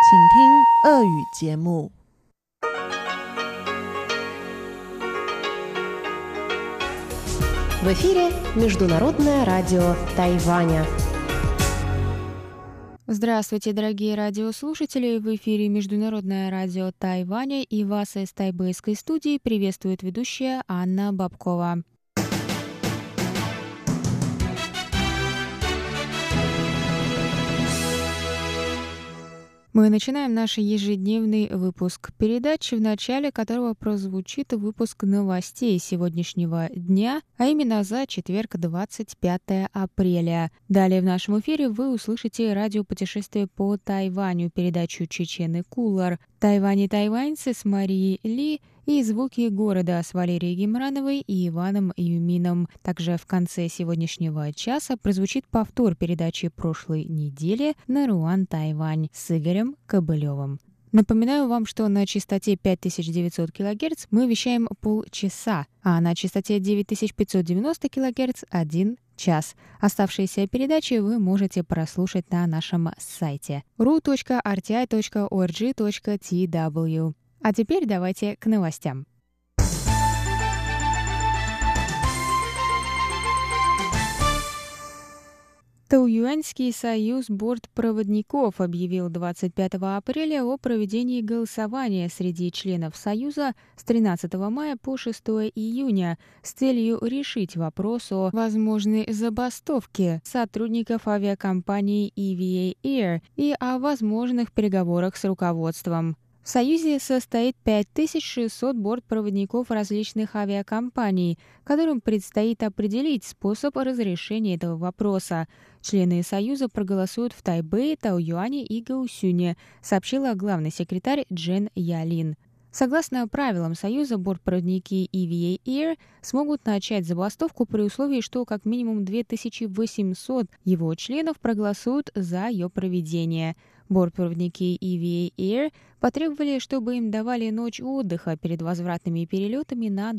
请听俄语节目。 В эфире Международное радио Тайваня. Здравствуйте, дорогие радиослушатели! В эфире Международное радио Тайваня, и вас из тайбэйской студии приветствует ведущая Анна Бабкова. Мы начинаем наш ежедневный выпуск передачи, в начале которого прозвучит выпуск новостей сегодняшнего дня, а именно за четверг, 25 апреля. Далее в нашем эфире вы услышите радиопутешествие по Тайваню, передачу «Чечены Кулар», «Тайвань и тайваньцы» с Марией Ли и «Звуки города» с Валерией Гемрановой и Иваном Юмином. Также в конце сегодняшнего часа прозвучит повтор передачи прошлой недели «Наруан Тайвань» с Игорем Кобылевым. Напоминаю вам, что на частоте 5900 кГц мы вещаем полчаса, а на частоте 9590 кГц — 1 час. Оставшиеся передачи вы можете прослушать на нашем сайте ru.rti.org.tw. А теперь давайте к новостям. Таоюаньский союз бортпроводников объявил 25 апреля о проведении голосования среди членов союза с 13 мая по 6 июня с целью решить вопрос о возможной забастовке сотрудников авиакомпании EVA Air и о возможных переговорах с руководством. В Союзе состоит 5600 бортпроводников различных авиакомпаний, которым предстоит определить способ разрешения этого вопроса. Члены Союза проголосуют в Тайбэе, Таоюане и Гаосюне, сообщила главный секретарь Джен Ялин. Согласно правилам Союза, бортпроводники EVA Air смогут начать забастовку при условии, что как минимум 2800 его членов проголосуют за ее проведение. Бортпроводники EVA Air потребовали, чтобы им давали ночь отдыха перед возвратными перелетами на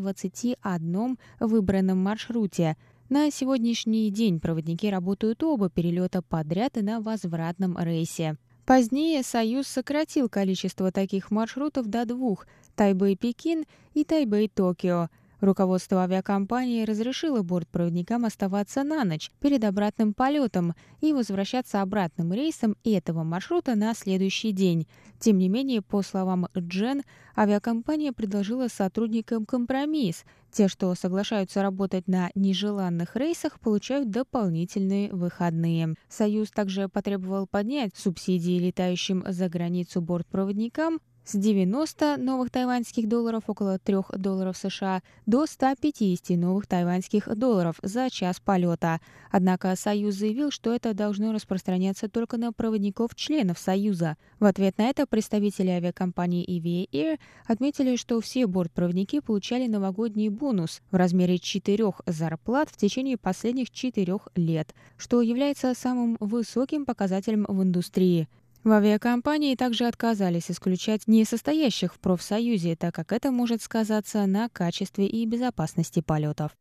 21 выбранном маршруте. На сегодняшний день проводники работают оба перелета подряд и на возвратном рейсе. Позднее Союз сократил количество таких маршрутов до 2 – Тайбэй-Пекин и Тайбэй-Токио. Руководство авиакомпании разрешило бортпроводникам оставаться на ночь перед обратным полетом и возвращаться обратным рейсом этого маршрута на следующий день. Тем не менее, по словам Джен, авиакомпания предложила сотрудникам компромисс. Те, что соглашаются работать на нежеланных рейсах, получают дополнительные выходные. Союз также потребовал поднять субсидии летающим за границу бортпроводникам с 90 новых тайваньских долларов, около $3 США, до 150 новых тайваньских долларов за час полета. Однако Союз заявил, что это должно распространяться только на проводников-членов Союза. В ответ на это представители авиакомпании EVA Air отметили, что все бортпроводники получали новогодний бонус в размере 4 зарплат в течение последних 4 лет, что является самым высоким показателем в индустрии. В авиакомпании также отказались исключать несостоящих в профсоюзе, так как это может сказаться на качестве и безопасности полетов.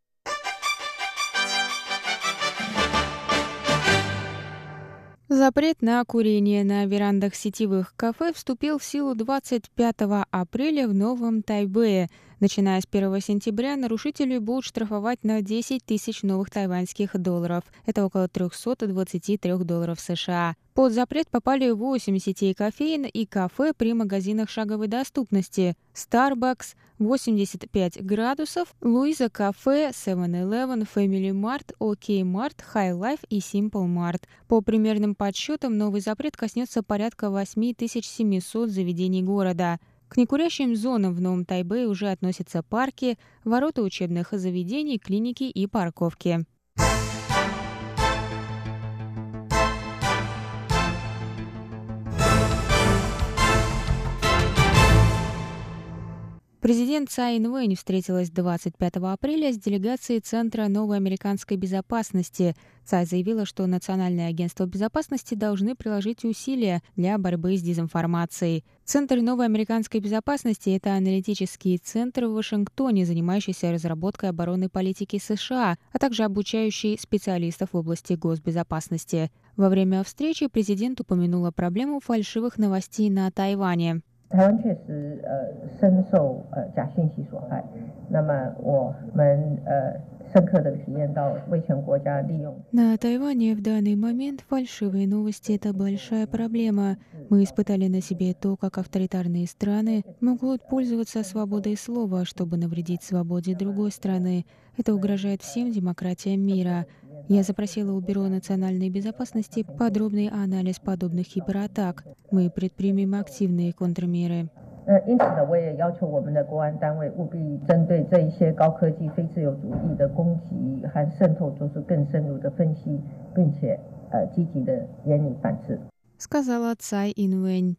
Запрет на курение на верандах сетевых кафе вступил в силу 25 апреля в Новом Тайбэе. Начиная с 1 сентября нарушители будут штрафовать на 10 тысяч новых тайваньских долларов. Это около $323 США. Под запрет попали 8 сетей кофеин и кафе при магазинах шаговой доступности: Starbucks, 85 градусов, Луиза кафе, 7-Eleven, Family Mart, OK Mart, High Life и Simple Mart. По примерным подсчетам, новый запрет коснется порядка 8700 заведений города. К некурящим зонам в Новом Тайбэе уже относятся парки, ворота учебных заведений, клиники и парковки. Президент Цай Инвэнь встретилась 25 апреля с делегацией Центра новой американской безопасности. Цай заявила, что Национальное агентство безопасности должны приложить усилия для борьбы с дезинформацией. Центр новой американской безопасности – это аналитический центр в Вашингтоне, занимающийся разработкой оборонной политики США, а также обучающий специалистов в области госбезопасности. Во время встречи президент упомянула проблему фальшивых новостей на Тайване. 台湾确实深受假讯息所害。那么我们深刻地体验到威权国家利用。 На Тайване в данный момент фальшивые новости – это большая проблема. Мы испытали на себе то, как авторитарные страны могут пользоваться свободой слова, чтобы навредить свободе другой страны. Это угрожает всем демократиям мира. Я запросила у Бюро национальной безопасности подробный анализ подобных кибератак. Мы предпримем активные контрмеры. 因此呢，我也要求我们的国安单位务必针对这一些高科技非自由主义的攻击和渗透做出更深入的分析，并且积极的严厉反制。 Сказала Цай Инвэнь.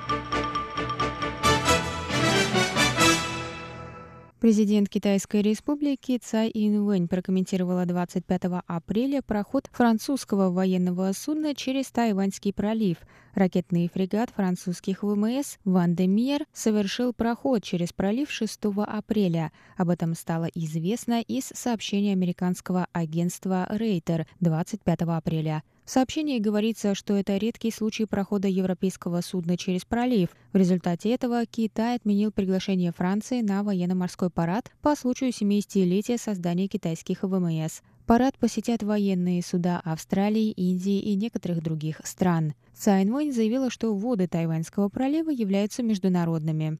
Президент Китайской республики Цай Инвэнь прокомментировала 25 апреля проход французского военного судна через Тайваньский пролив. Ракетный фрегат французских ВМС «Ван де Мьер» совершил проход через пролив 6 апреля. Об этом стало известно из сообщения американского агентства Рейтер 25 апреля. В сообщении говорится, что это редкий случай прохода европейского судна через пролив. В результате этого Китай отменил приглашение Франции на военно-морской парад по случаю 70-летия создания китайских ВМС. Парад посетят военные суда Австралии, Индии и некоторых других стран. Цай Инвэнь заявила, что воды Тайваньского пролива являются международными.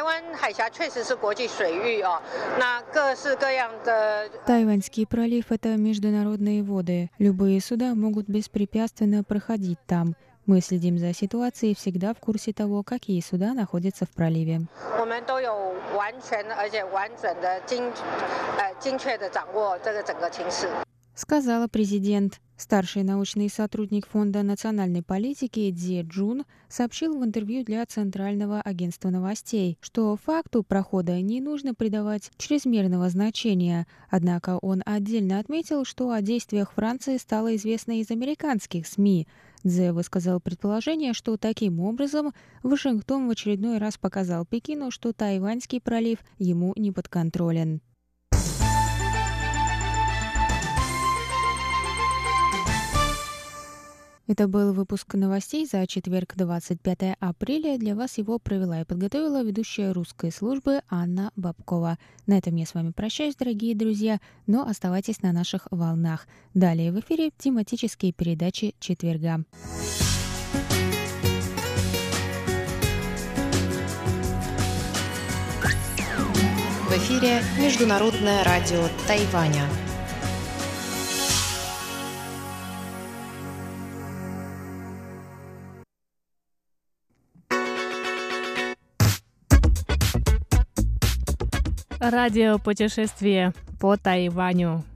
Тайваньский пролив – это международные воды. Любые суда могут беспрепятственно проходить там. Мы следим за ситуацией и всегда в курсе того, какие суда находятся в проливе. Сказала президент. Старший научный сотрудник Фонда национальной политики Дзе Джун сообщил в интервью для Центрального агентства новостей, что факту прохода не нужно придавать чрезмерного значения. Однако он отдельно отметил, что о действиях Франции стало известно из американских СМИ. Дзе высказал предположение, что таким образом Вашингтон в очередной раз показал Пекину, что Тайваньский пролив ему не подконтролен. Это был выпуск новостей за четверг, 25 апреля. Для вас его провела и подготовила ведущая русской службы Анна Бабкова. На этом я с вами прощаюсь, дорогие друзья, но оставайтесь на наших волнах. Далее в эфире тематические передачи четверга. В эфире Международное радио Тайваня. Радиопутешествие по Тайваню.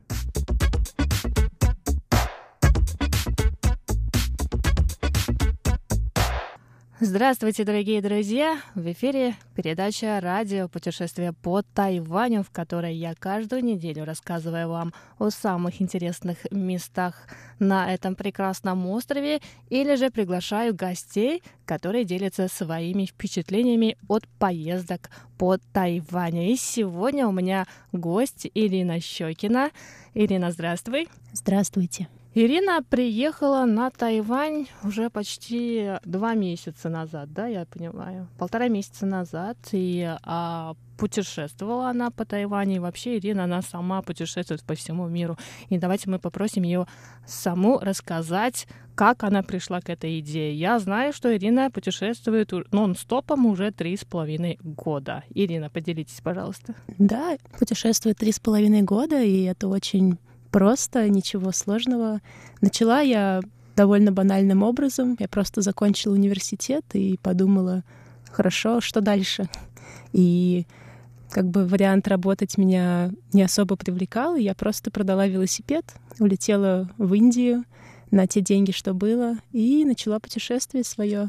Здравствуйте, дорогие друзья! В эфире передача «Радиопутешествие по Тайваню», в которой я каждую неделю рассказываю вам о самых интересных местах на этом прекрасном острове или же приглашаю гостей, которые делятся своими впечатлениями от поездок по Тайваню. И сегодня у меня гость Ирина Щекина. Ирина, здравствуй! Здравствуйте! Ирина приехала на Тайвань уже почти 2 месяца назад, да, я понимаю? 1,5 месяца назад, и путешествовала она по Тайваню. И вообще Ирина, она сама путешествует по всему миру. И давайте мы попросим ее саму рассказать, как она пришла к этой идее. Я знаю, что Ирина путешествует нон-стопом уже 3,5 года. Ирина, поделитесь, пожалуйста. Да, путешествую 3,5 года, и это очень просто, ничего сложного. Начала я довольно банальным образом. Я просто закончила университет и подумала, хорошо, что дальше? И вариант работать меня не особо привлекал. Я просто продала велосипед, улетела в Индию на те деньги, что было, и начала путешествие свое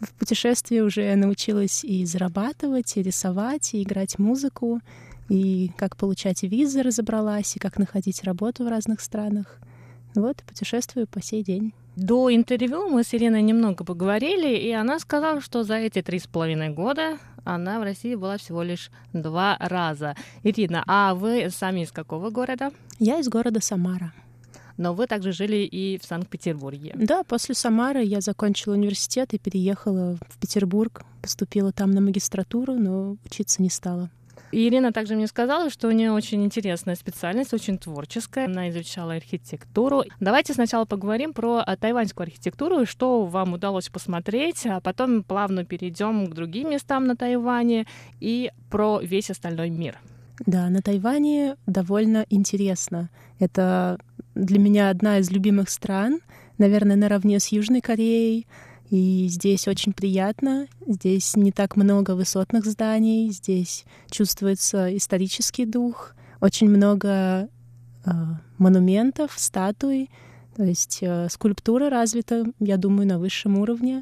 В путешествии уже научилась и зарабатывать, и рисовать, и играть музыку, и как получать визы разобралась, и как находить работу в разных странах. Вот, путешествую по сей день. До интервью мы с Ириной немного поговорили, и она сказала, что за эти 3,5 года она в России была всего лишь 2 раза. Ирина, а вы сами из какого города? Я из города Самара. Но вы также жили и в Санкт-Петербурге. Да, после Самары я закончила университет и переехала в Петербург. Поступила там на магистратуру, но учиться не стала. И Ирина также мне сказала, что у нее очень интересная специальность, очень творческая. Она изучала архитектуру. Давайте сначала поговорим про тайваньскую архитектуру, что вам удалось посмотреть, а потом плавно перейдем к другим местам на Тайване и про весь остальной мир. Да, на Тайване довольно интересно. Это для меня одна из любимых стран, наверное, наравне с Южной Кореей. И здесь очень приятно, здесь не так много высотных зданий, здесь чувствуется исторический дух, очень много монументов, статуй, то есть скульптура развита, я думаю, на высшем уровне,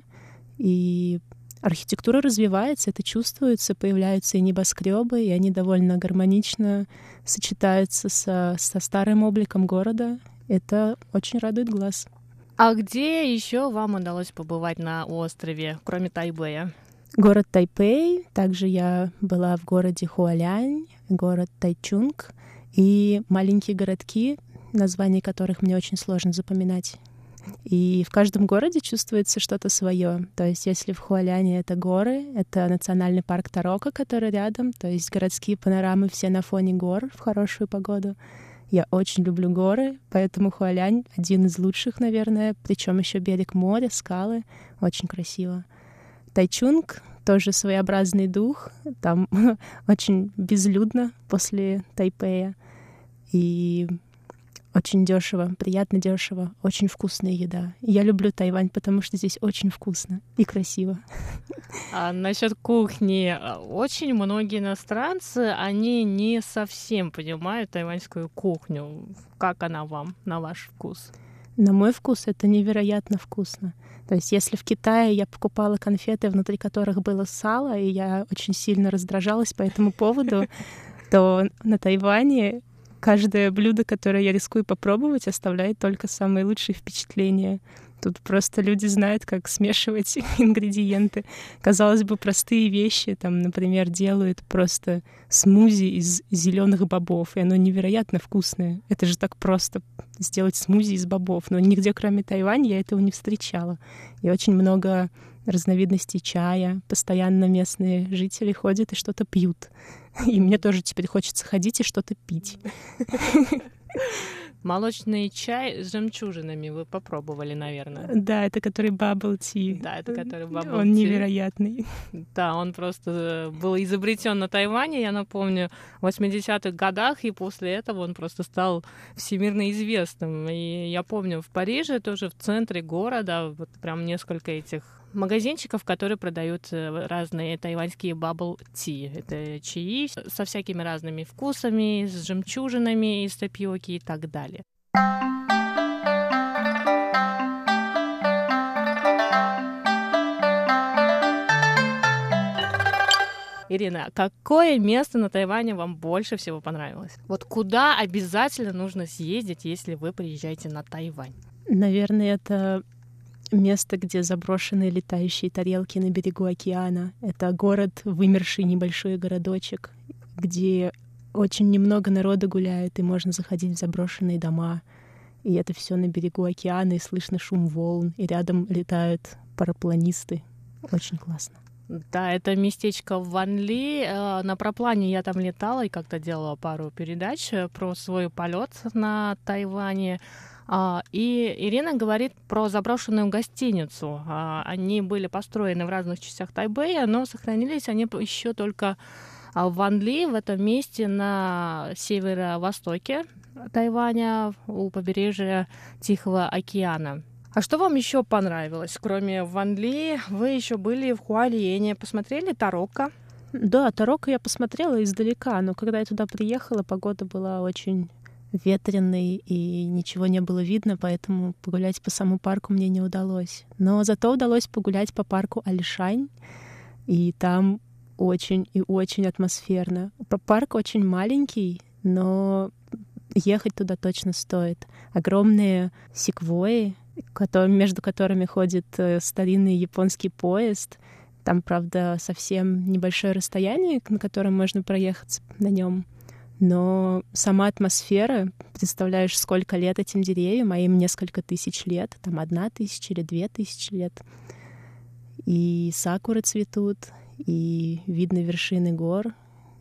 и архитектура развивается, это чувствуется, появляются и небоскребы, и они довольно гармонично сочетаются со старым обликом города. Это очень радует глаз. А где еще вам удалось побывать на острове, кроме Тайбэя? Город Тайпэй, также я была в городе Хуалянь, город Тайчунг и маленькие городки, названия которых мне очень сложно запоминать. И в каждом городе чувствуется что-то свое. То есть если в Хуаляне это горы, это национальный парк Тарока, который рядом, то есть городские панорамы все на фоне гор в хорошую погоду. Я очень люблю горы, поэтому Хуалянь один из лучших, наверное, причем еще берег моря, скалы, очень красиво. Тайчунг тоже своеобразный дух, там очень безлюдно после Тайпэя и очень дешево, приятно дешево, очень вкусная еда. Я люблю Тайвань, потому что здесь очень вкусно и красиво. А насчет кухни. Очень многие иностранцы, они не совсем понимают тайваньскую кухню. Как она вам, на ваш вкус? На мой вкус это невероятно вкусно. То есть если в Китае я покупала конфеты, внутри которых было сало, и я очень сильно раздражалась по этому поводу, то на Тайване каждое блюдо, которое я рискую попробовать, оставляет только самые лучшие впечатления. Тут просто люди знают, как смешивать ингредиенты. Казалось бы, простые вещи. Там, например, делают просто смузи из зеленых бобов, и оно невероятно вкусное. Это же так просто сделать смузи из бобов. Но нигде, кроме Тайваня, я этого не встречала. И очень много разновидностей чая. Постоянно местные жители ходят и что-то пьют. И мне тоже теперь хочется ходить и что-то пить. Молочный чай с жемчужинами вы попробовали, наверное. Да, это который bubble tea. Да, это который bubble tea. Он невероятный. Да, он просто был изобретен на Тайване, я напомню, в 80-х годах, и после этого он просто стал всемирно известным. И я помню, в Париже, тоже в центре города, вот прям несколько этих магазинчиков, которые продают разные тайваньские bubble tea. Это чаи со всякими разными вкусами, с жемчужинами из тапиоки и так далее. Ирина, какое место на Тайване вам больше всего понравилось? Вот куда обязательно нужно съездить, если вы приезжаете на Тайвань? Наверное, это место, где заброшенные летающие тарелки на берегу океана. Это город, вымерший небольшой городочек, где очень немного народа гуляет, и можно заходить в заброшенные дома. И это все на берегу океана, и слышно шум волн, и рядом летают парапланисты. Очень классно. Да, это местечко в Ванли. На проплане я там летала и как-то делала пару передач про свой полет на Тайване. И Ирина говорит про заброшенную гостиницу. Они были построены в разных частях Тайбэя, но сохранились они еще только в Ванли, в этом месте на северо-востоке Тайваня, у побережья Тихого океана. А что вам еще понравилось? Кроме Ванли, вы еще были в Хуалиене, посмотрели Тарока? Да, Тарока я посмотрела издалека, но когда я туда приехала, погода была очень ветреный, и ничего не было видно, поэтому погулять по самому парку мне не удалось. Но зато удалось погулять по парку Альшань, и там очень и очень атмосферно. Парк очень маленький, но ехать туда точно стоит. Огромные секвойи, между которыми ходит старинный японский поезд. Там, правда, совсем небольшое расстояние, на котором можно проехать на нем. Но сама атмосфера, представляешь, сколько лет этим деревьям, а им несколько тысяч лет, там 1000 или 2000 лет. И сакуры цветут, и видно вершины гор,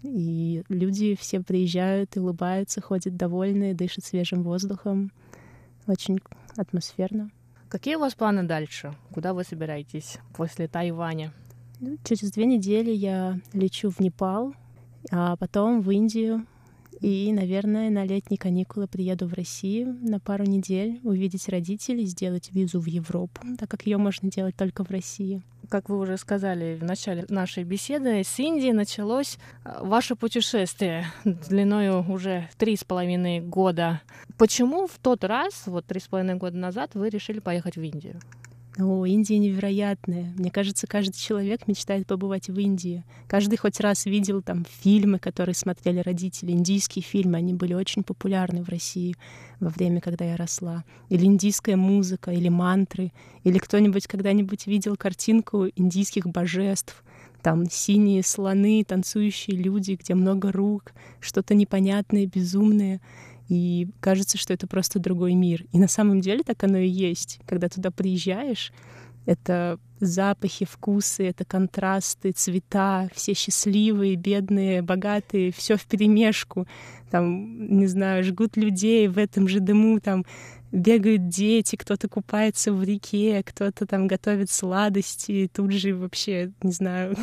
и люди все приезжают и улыбаются, ходят довольные, дышат свежим воздухом. Очень атмосферно. Какие у вас планы дальше? Куда вы собираетесь после Тайваня? Через 2 недели я лечу в Непал, а потом в Индию. И, наверное, на летние каникулы приеду в Россию на пару недель, увидеть родителей, сделать визу в Европу, так как ее можно делать только в России. Как вы уже сказали в начале нашей беседы, с Индии началось ваше путешествие длиною уже 3,5 года. Почему в тот раз, 3,5 года назад, вы решили поехать в Индию? Индия невероятная. Мне кажется, каждый человек мечтает побывать в Индии. Каждый хоть раз видел там фильмы, которые смотрели родители, индийские фильмы, они были очень популярны в России во время, когда я росла. Или индийская музыка, или мантры, или кто-нибудь когда-нибудь видел картинку индийских божеств. Там синие слоны, танцующие люди, где много рук, что-то непонятное, безумное. И кажется, что это просто другой мир. И на самом деле так оно и есть. Когда туда приезжаешь, это запахи, вкусы, это контрасты, цвета, все счастливые, бедные, богатые, все вперемешку. Там, не знаю, жгут людей в этом же дыму, там бегают дети, кто-то купается в реке, кто-то там готовит сладости, тут же вообще, не знаю,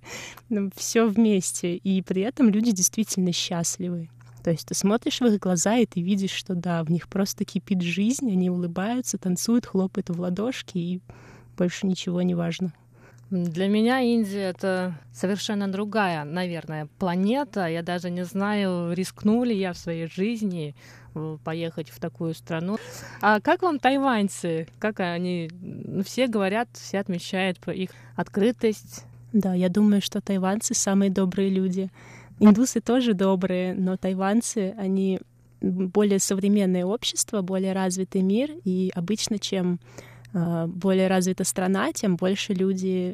все вместе. И при этом люди действительно счастливы. То есть ты смотришь в их глаза, и ты видишь, что да, в них просто кипит жизнь, они улыбаются, танцуют, хлопают в ладошки, и больше ничего не важно. Для меня Индия — это совершенно другая, наверное, планета. Я даже не знаю, рискну ли я в своей жизни поехать в такую страну. А как вам тайваньцы? Как они? Все говорят, все отмечают про их открытость. Да, я думаю, что тайваньцы самые добрые люди. Индусы тоже добрые, но тайваньцы, они более современное общество, более развитый мир, и обычно, чем более развита страна, тем больше люди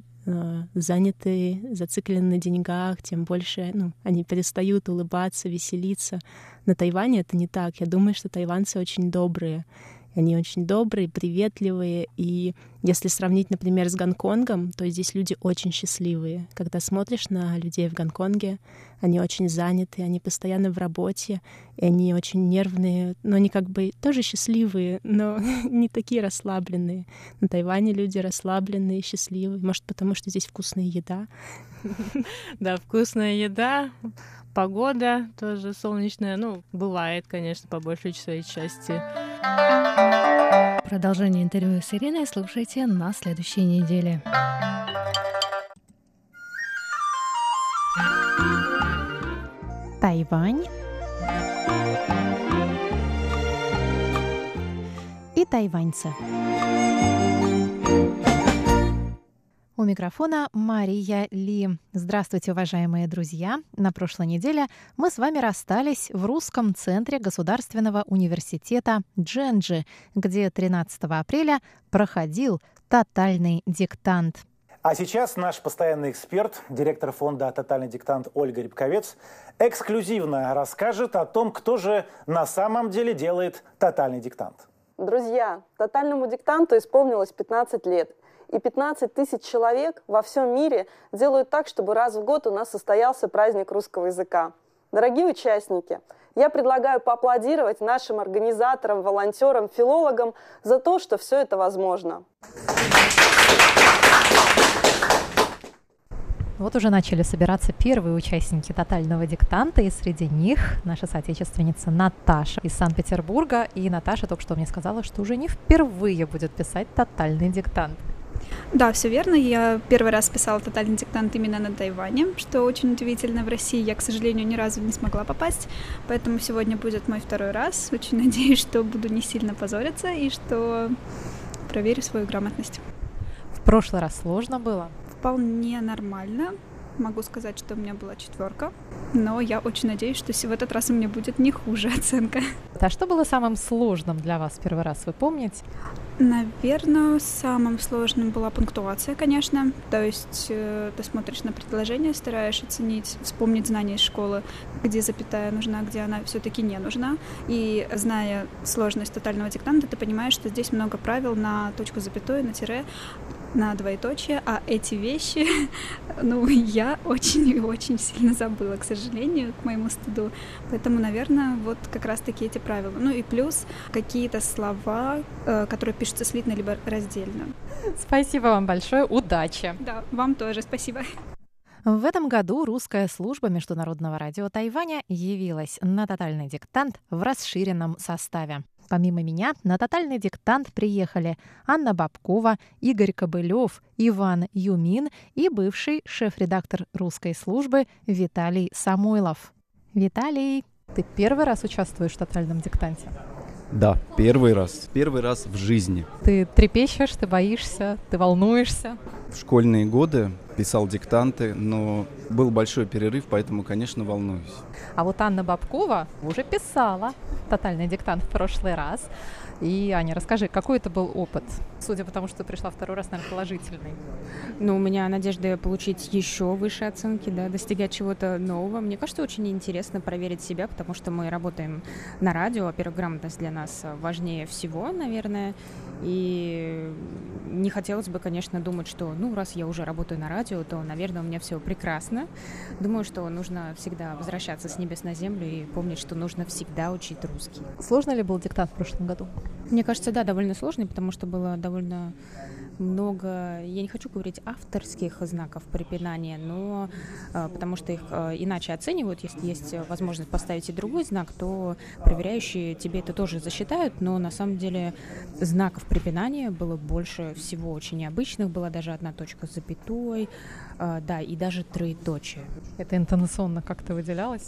заняты, зациклены на деньгах, тем больше они перестают улыбаться, веселиться. На Тайване это не так. Я думаю, что тайваньцы очень добрые. Они очень добрые, приветливые. И если сравнить, например, с Гонконгом, то здесь люди очень счастливые. Когда смотришь на людей в Гонконге, они очень заняты, они постоянно в работе, и они очень нервные, но они как бы тоже счастливые, но не такие расслабленные. На Тайване люди расслабленные, счастливые. Может, потому что здесь вкусная еда. Да, вкусная еда, погода тоже солнечная. Бывает, конечно, по большей своей части. Продолжение интервью с Ириной слушайте на следующей неделе. Тайвань и тайваньцы. У микрофона Мария Ли. Здравствуйте, уважаемые друзья! На прошлой неделе мы с вами расстались в русском центре Государственного университета Джэнджи, где 13 апреля проходил тотальный диктант. А сейчас наш постоянный эксперт, директор фонда «Тотальный диктант» Ольга Рябковец, эксклюзивно расскажет о том, кто же на самом деле делает тотальный диктант. Друзья, тотальному диктанту исполнилось 15 лет. И 15 тысяч человек во всем мире делают так, чтобы раз в год у нас состоялся праздник русского языка. Дорогие участники, я предлагаю поаплодировать нашим организаторам, волонтерам, филологам за то, что все это возможно. Вот уже начали собираться первые участники тотального диктанта, и среди них наша соотечественница Наташа из Санкт-Петербурга. И Наташа только что мне сказала, что уже не впервые будет писать тотальный диктант. Да, все верно. Я первый раз писала тотальный диктант именно на Тайване, что очень удивительно. В России я, к сожалению, ни разу не смогла попасть, поэтому сегодня будет мой второй раз. Очень надеюсь, что буду не сильно позориться и что проверю свою грамотность. В прошлый раз сложно было? Вполне нормально. Могу сказать, что у меня была 4, но я очень надеюсь, что в этот раз у меня будет не хуже оценка. А что было самым сложным для вас в первый раз, вы помните? Наверное, самым сложным была пунктуация, конечно. То есть ты смотришь на предложение, стараешься оценить, вспомнить знания из школы, где запятая нужна, где она все-таки не нужна. И зная сложность тотального диктанта, ты понимаешь, что здесь много правил на точку запятой, на тире, на двоеточие, а эти вещи, я очень и очень сильно забыла, к сожалению, к моему стыду. Поэтому, наверное, вот как раз-таки эти правила. Ну и плюс какие-то слова, которые пишутся слитно либо раздельно. Спасибо вам большое, удачи! Да, вам тоже, спасибо. В этом году русская служба Международного радио Тайваня явилась на тотальный диктант в расширенном составе. Помимо меня на тотальный диктант приехали Анна Бабкова, Игорь Кобылев, Иван Юмин и бывший шеф-редактор русской службы Виталий Самойлов. Виталий, ты первый раз участвуешь в тотальном диктанте? Да, первый раз. Первый раз в жизни. Ты трепещешь, ты боишься, ты волнуешься? В школьные годы писал диктанты, но был большой перерыв, поэтому, конечно, волнуюсь. А вот Анна Бабкова уже писала тотальный диктант в прошлый раз. И, Аня, расскажи, какой это был опыт? Судя по тому, что ты пришла второй раз, наверное, положительный. У меня надежда получить еще выше оценки, да, достигать чего-то нового. Мне кажется, очень интересно проверить себя, потому что мы работаем на радио. Во-первых, грамотность для нас важнее всего, наверное. И не хотелось бы, конечно, думать, что, раз я уже работаю на радио, то, наверное, у меня все прекрасно. Думаю, что нужно всегда возвращаться с небес на землю и помнить, что нужно всегда учить русский. Сложно ли был диктант в прошлом году? Мне кажется, да, довольно сложный, потому что было довольно много, я не хочу говорить авторских знаков препинания, но потому что их иначе оценивают. Если есть возможность поставить и другой знак, то проверяющие тебе это тоже засчитают, но на самом деле знаков препинания было больше всего очень необычных. Была даже одна точка с запятой, да, и даже троеточие. Это интонационно как-то выделялось?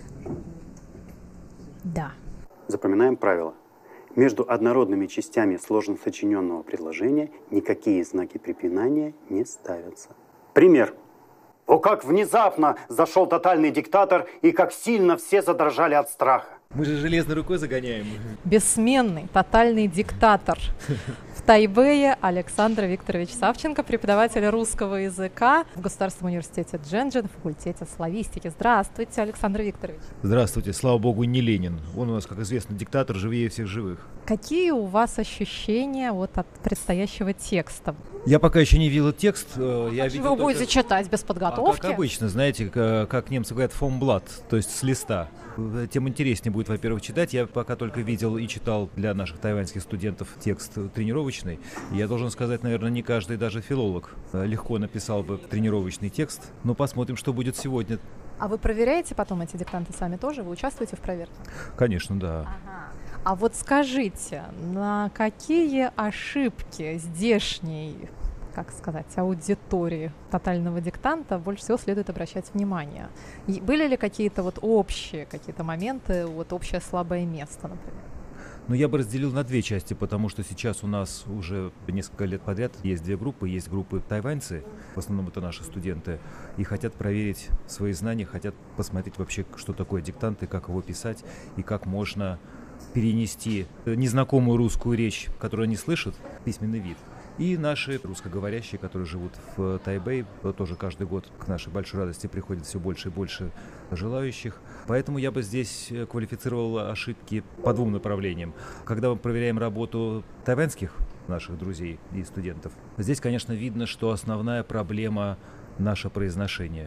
Да. Запоминаем правило. Между однородными частями сложно сочиненного предложения никакие знаки препинания не ставятся. Пример. О, как внезапно зашел тотальный диктатор, и как сильно все задрожали от страха. Мы же железной рукой загоняем. Бессменный тотальный диктатор. В Тайбэе Александр Викторович Савченко, преподаватель русского языка в Государственном университете Джэньчжэнь, факультете славистики. Здравствуйте, Александр Викторович. Здравствуйте. Слава богу, не Ленин. Он у нас, как известно, диктатор, живее всех живых. Какие у вас ощущения от предстоящего текста? Я пока еще не видел текст. Я вы будете читать без подготовки? Как обычно, знаете, как немцы говорят, vom Blatt, то есть с листа. Тем интереснее будет, во-первых, читать. Я пока только видел и читал для наших тайваньских студентов текст тренировочный. Я должен сказать, наверное, не каждый, даже филолог, легко написал бы тренировочный текст. Но посмотрим, что будет сегодня. А вы проверяете потом эти диктанты сами тоже? Вы участвуете в проверке? Конечно, да. Ага. А вот скажите, на какие ошибки здешней, как сказать, аудитории тотального диктанта больше всего следует обращать внимание? И были ли какие-то общие какие-то моменты, общее слабое место, например? Я бы разделил на две части, потому что сейчас у нас уже несколько лет подряд есть две группы. Есть группы тайваньцы, в основном это наши студенты, и хотят проверить свои знания, хотят посмотреть вообще, что такое диктант и как его писать, и как можно перенести незнакомую русскую речь, которую они слышат, в письменный вид. И наши русскоговорящие, которые живут в Тайбэе, тоже каждый год к нашей большой радости приходит все больше и больше желающих. Поэтому я бы здесь квалифицировал ошибки по двум направлениям. Когда мы проверяем работу тайваньских наших друзей и студентов, здесь, конечно, видно, что основная проблема — наше произношение.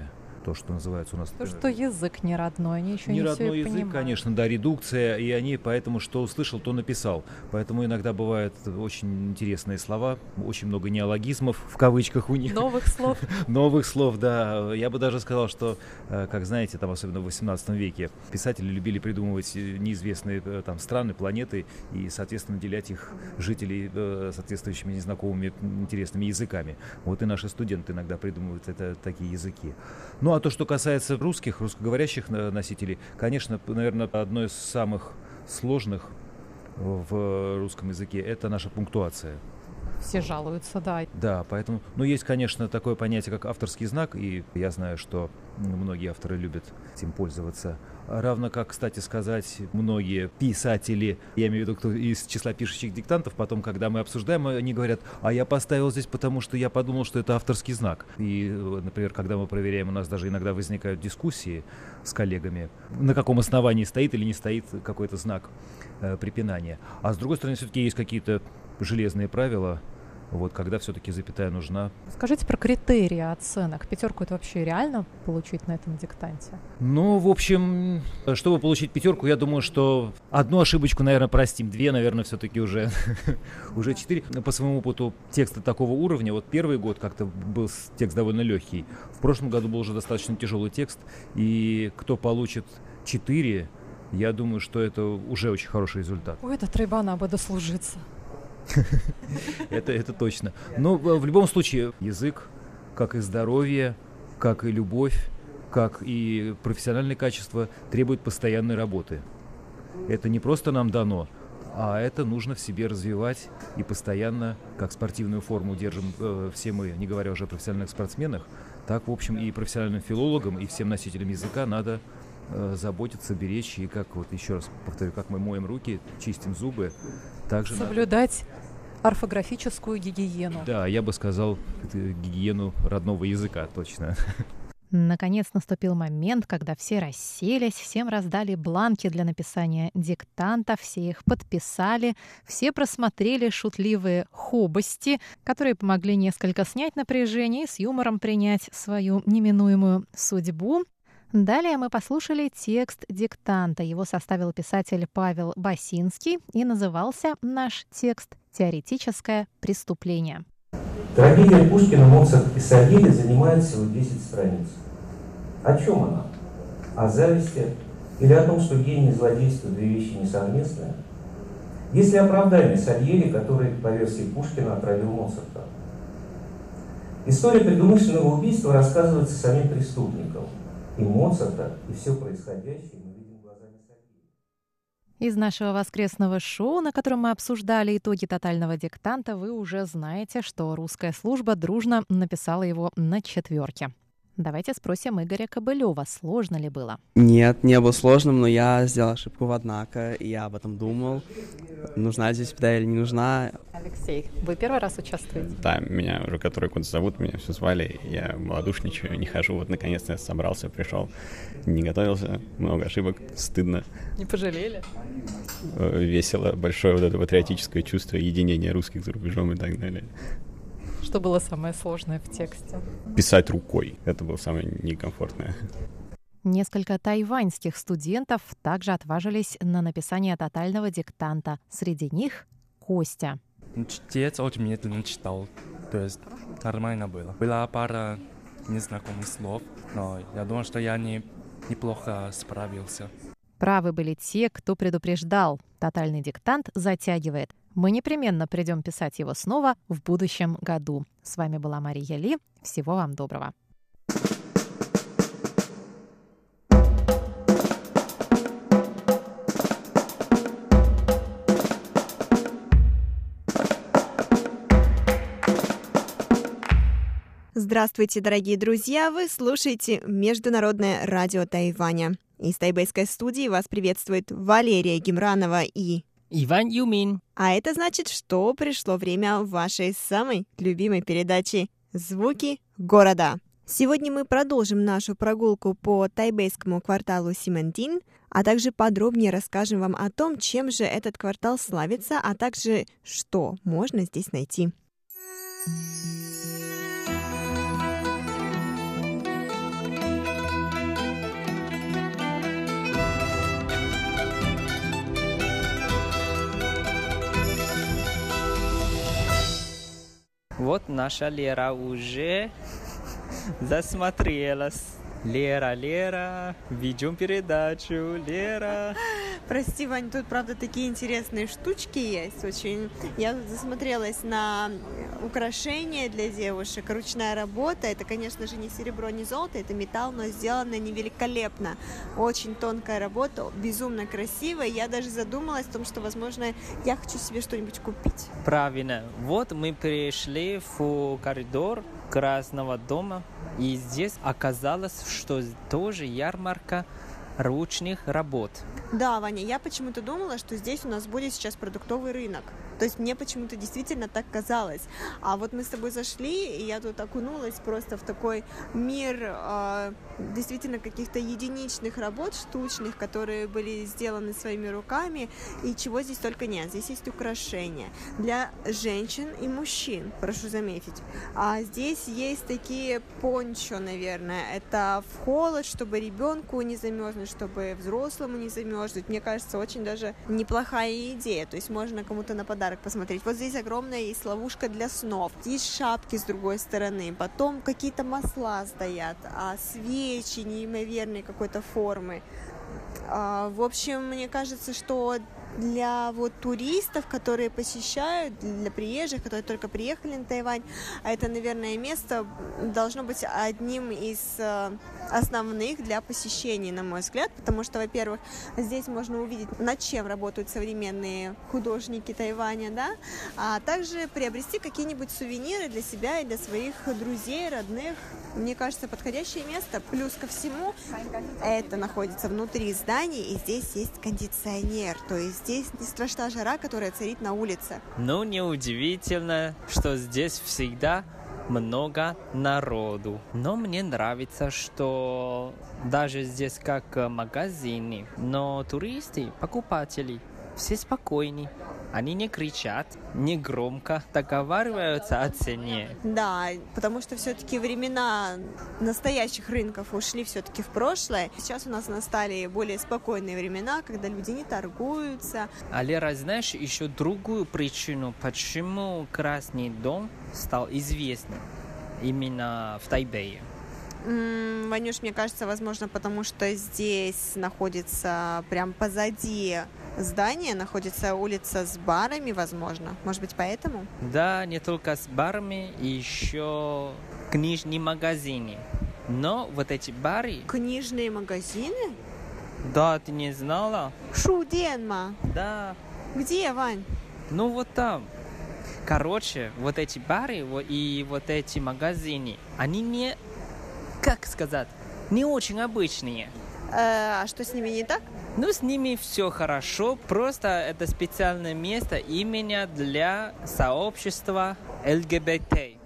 то, что называется у нас... То, что язык не родной, они еще не не родной все язык, понимают. конечно, да, редукция, и они поэтому что услышал, то написал. Поэтому иногда бывают очень интересные слова, очень много неологизмов, в кавычках у них. Новых слов. Новых слов, да. Я бы даже сказал, что, как знаете, там особенно в 18 веке писатели любили придумывать неизвестные там страны, планеты и, соответственно, наделять их жителей соответствующими незнакомыми интересными языками. Вот и наши студенты иногда придумывают такие языки. Ну, а то, что касается русскоговорящих носителей, конечно, наверное, одно из самых сложных в русском языке — это наша пунктуация. Все жалуются, да. Да, поэтому, есть, конечно, такое понятие, как авторский знак, и я знаю, что многие авторы любят этим пользоваться. Равно как, кстати сказать, многие писатели, я имею в виду, кто из числа пишущих диктантов, потом, когда мы обсуждаем, они говорят: а я поставил здесь, потому что я подумал, что это авторский знак. И, например, когда мы проверяем, у нас даже иногда возникают дискуссии с коллегами, на каком основании стоит или не стоит какой-то знак препинания. А с другой стороны, все-таки есть какие-то железные правила, когда все-таки запятая нужна. Скажите про критерии оценок. 5 это вообще реально получить на этом диктанте? В общем, чтобы получить 5, я думаю, что одну ошибочку, наверное, простим, 2, наверное, все-таки уже 4. По своему опыту текста такого уровня, первый год как-то был текст довольно легкий. В прошлом году был уже достаточно тяжелый текст, и кто получит 4, я думаю, что это уже очень хороший результат. Ой, это треба надо дослужиться. Это точно. Но в любом случае язык, как и здоровье, как и любовь, как и профессиональные качества, требует постоянной работы. Это не просто нам дано, а это нужно в себе развивать и постоянно, как спортивную форму держим все мы, не говоря уже о профессиональных спортсменах, так, в общем, и профессиональным филологам, и всем носителям языка надо заботиться, беречь, и еще раз повторю, как мы моем руки, чистим зубы, также соблюдать орфографическую гигиену. Да, я бы сказал, гигиену родного языка, точно. Наконец наступил момент, когда все расселись, всем раздали бланки для написания диктанта, все их подписали, все просмотрели шутливые хобости, которые помогли несколько снять напряжение и с юмором принять свою неминуемую судьбу. Далее мы послушали текст диктанта. Его составил писатель Павел Басинский, и назывался наш текст «Теоретическое преступление». Трагедия Пушкина, Моцарт и Сальери занимает всего 10 страниц. О чем она? О зависти или о том, что гений и злодейство — 2 вещи несовместные? Есть ли оправдание Сальери, который, по версии Пушкина, отравил Моцарта? История предумышленного убийства рассказывается самим преступником. И Моцарта, и все происходящее мы видим глазами Сальери. Из нашего воскресного шоу, на котором мы обсуждали итоги тотального диктанта, вы уже знаете, что русская служба дружно написала его на 4. Давайте спросим Игоря Кобылева, сложно ли было? Нет, не было сложным, но я сделал ошибку в «однако», и я об этом думал. Нужна здесь запятая или не нужна. Алексей, вы первый раз участвуете? Да, меня уже который год зовут, меня все звали, я малодушничаю, не хожу, наконец-то я собрался, пришел, не готовился, много ошибок, стыдно. Не пожалели? Весело, большое это патриотическое чувство единения русских за рубежом и так далее. Что было самое сложное в тексте? Писать рукой. Это было самое некомфортное. Несколько тайваньских студентов также отважились на написание тотального диктанта. Среди них Костя. Чтец очень медленно читал, то есть нормально было. Была пара незнакомых слов, но я думал, что я неплохо справился. Правы были те, кто предупреждал. Тотальный диктант затягивает. Мы непременно придем писать его снова в будущем году. С вами была Мария Ли. Всего вам доброго. Здравствуйте, дорогие друзья! Вы слушаете Международное радио Тайваня. Из тайбэйской студии вас приветствует Валерия Гимранова и Иван Юмин. А это значит, что пришло время вашей самой любимой передачи «Звуки города». Сегодня мы продолжим нашу прогулку по тайбэйскому кварталу Симэнтин, а также подробнее расскажем вам о том, чем же этот квартал славится, а также что можно здесь найти. Вот наша Лера уже засмотрелась. Лера, ведем передачу, Лера. Прости, Вань, тут, правда, такие интересные штучки есть очень. Я тут засмотрелась на украшения для девушек, ручная работа. Это, конечно же, не серебро, не золото, это металл, но сделано невеликолепно. Очень тонкая работа, безумно красивая. Я даже задумалась о том, что, возможно, я хочу себе что-нибудь купить. Правильно. Вот мы пришли в коридор Красного дома, и здесь оказалось, что тоже ярмарка ручных работ. Да, Ваня, я почему-то думала, что здесь у нас будет сейчас продуктовый рынок. То есть мне почему-то действительно так казалось. А вот мы с тобой зашли, и я тут окунулась просто в такой мир действительно каких-то единичных работ штучных, которые были сделаны своими руками, и чего здесь только нет. Здесь есть украшения для женщин и мужчин, прошу заметить. А здесь есть такие пончо, наверное. Это в холод, чтобы ребенку не замерзнуть, чтобы взрослому не замерзнуть. Мне кажется, очень даже неплохая идея. То есть можно кому-то на подарок посмотреть. Вот здесь огромная есть ловушка для снов. Есть шапки с другой стороны. Потом какие-то масла стоят, свечи неимоверной какой-то формы. В общем, мне кажется, что для вот туристов, которые посещают, для приезжих, которые только приехали на Тайвань, это, наверное, место должно быть одним из основных для посещения, на мой взгляд, потому что, во-первых, здесь можно увидеть, над чем работают современные художники Тайваня, да, а также приобрести какие-нибудь сувениры для себя и для своих друзей, родных. Мне кажется, подходящее место. Плюс ко всему, это находится внутри здания, и здесь есть кондиционер, то есть здесь не страшна жара, которая царит на улице. Ну, неудивительно, что здесь всегда много народу. Но мне нравится, что даже здесь как магазины, но туристы, покупатели, все спокойны. Они не кричат, не громко договариваются о цене. Да, потому что все-таки времена настоящих рынков ушли все-таки в прошлое. Сейчас у нас настали более спокойные времена, когда люди не торгуются. А Лера, знаешь еще другую причину, почему Красный дом стал известным именно в Тайбэе? Ванюш, мне кажется, возможно, потому что здесь находится прям позади здания, находится улица с барами, возможно. Может быть, поэтому? Да, не только с барами, еще книжные магазины. Но вот эти бары... Книжные магазины? Да, ты не знала? Шуденма. Да. Где, Вань? Ну, вот там. Короче, вот эти бары и вот эти магазины, они не... Как сказать, не очень обычные. А что с ними не так? Ну, с ними все хорошо, просто это специальное место именно для сообщества ЛГБТ.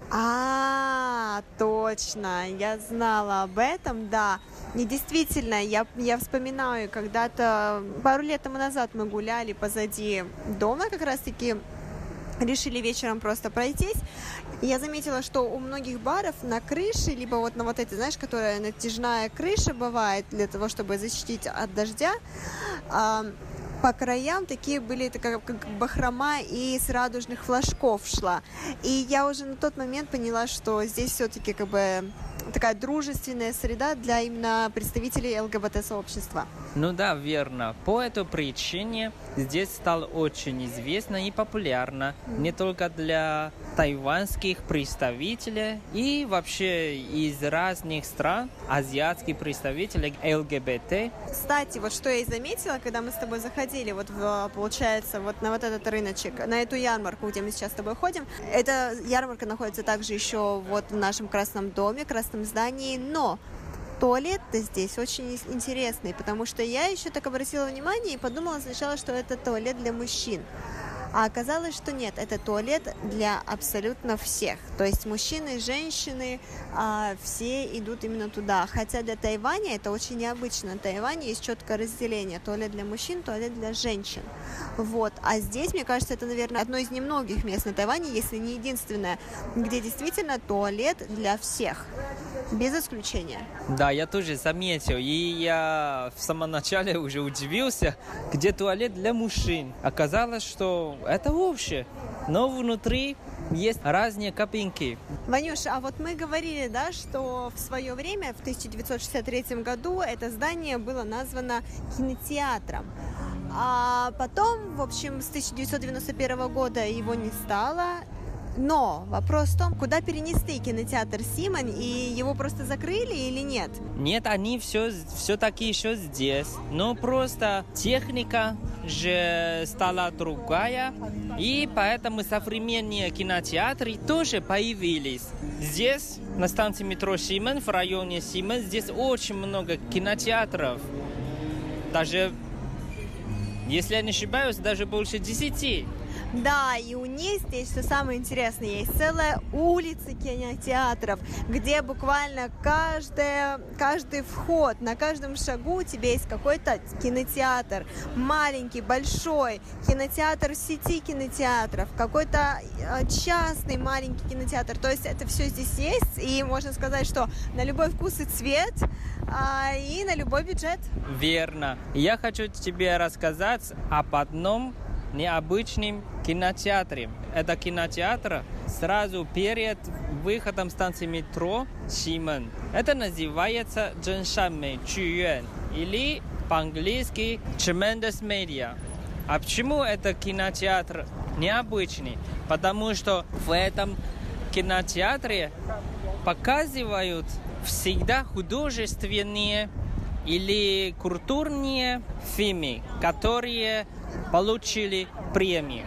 Точно, я знала об этом, да. И действительно, я вспоминаю, когда-то пару лет тому назад мы гуляли позади дома, как раз-таки решили вечером просто пройтись. И я заметила, что у многих баров на крыше, либо вот на вот этой, знаешь, которая натяжная крыша бывает для того, чтобы защитить от дождя, по краям такие были, как бахрома из радужных флажков шла. И я уже на тот момент поняла, что здесь все-таки как бы такая дружественная среда для именно представителей ЛГБТ-сообщества. Ну да, верно. По этой причине здесь стало очень известно и популярно не только для тайваньских представителей и вообще из разных стран, азиатских представителей ЛГБТ. Кстати, вот что я и заметила, когда мы с тобой заходили, вот получается, вот на вот этот рыночек, на эту ярмарку, где мы сейчас с тобой ходим. Эта ярмарка находится также еще вот в нашем Красном доме, Красном здании, но туалет-то здесь очень интересный, потому что я еще так обратила внимание и подумала сначала, что это туалет для мужчин. А оказалось, что нет, это туалет для абсолютно всех. То есть мужчины, женщины, все идут именно туда. Хотя для Тайваня это очень необычно. В Тайване есть четкое разделение. Туалет для мужчин, туалет для женщин. Вот. А здесь, мне кажется, это, наверное, одно из немногих мест на Тайване, если не единственное, где действительно туалет для всех. Без исключения. Да, я тоже заметил. И я в самом начале уже удивился, где туалет для мужчин. Оказалось, что это общее. Но внутри есть разные кабинки. Ванюш, а вот мы говорили, да, что в свое время, в 1963 году, это здание было названо кинотеатром. А потом, в общем, с 1991 года его не стало. Но вопрос в том, куда перенесли кинотеатр Симон, и его просто закрыли или нет? Нет, они все-таки еще здесь. Но просто техника же стала другая, и поэтому современные кинотеатры тоже появились. Здесь, на станции метро Симон, в районе Симон, здесь очень много кинотеатров. Даже, если я не ошибаюсь, даже больше 10. Да, и у них здесь, что самое интересное, есть целая улица кинотеатров, где буквально каждый вход, на каждом шагу у тебя есть какой-то кинотеатр. Маленький, большой, кинотеатр в сети кинотеатров, какой-то частный маленький кинотеатр. То есть это все здесь есть, и можно сказать, что на любой вкус и цвет, и на любой бюджет. Верно. Я хочу тебе рассказать об одном необычном кинотеатре. Это кинотеатр сразу перед выходом станции метро Симон. Это называется Джэншанмэй Чуюэн, или по-английски Tremendous Media. А почему это кинотеатр необычный? Потому что в этом кинотеатре показывают всегда художественные или культурные фильмы, которые получили премию.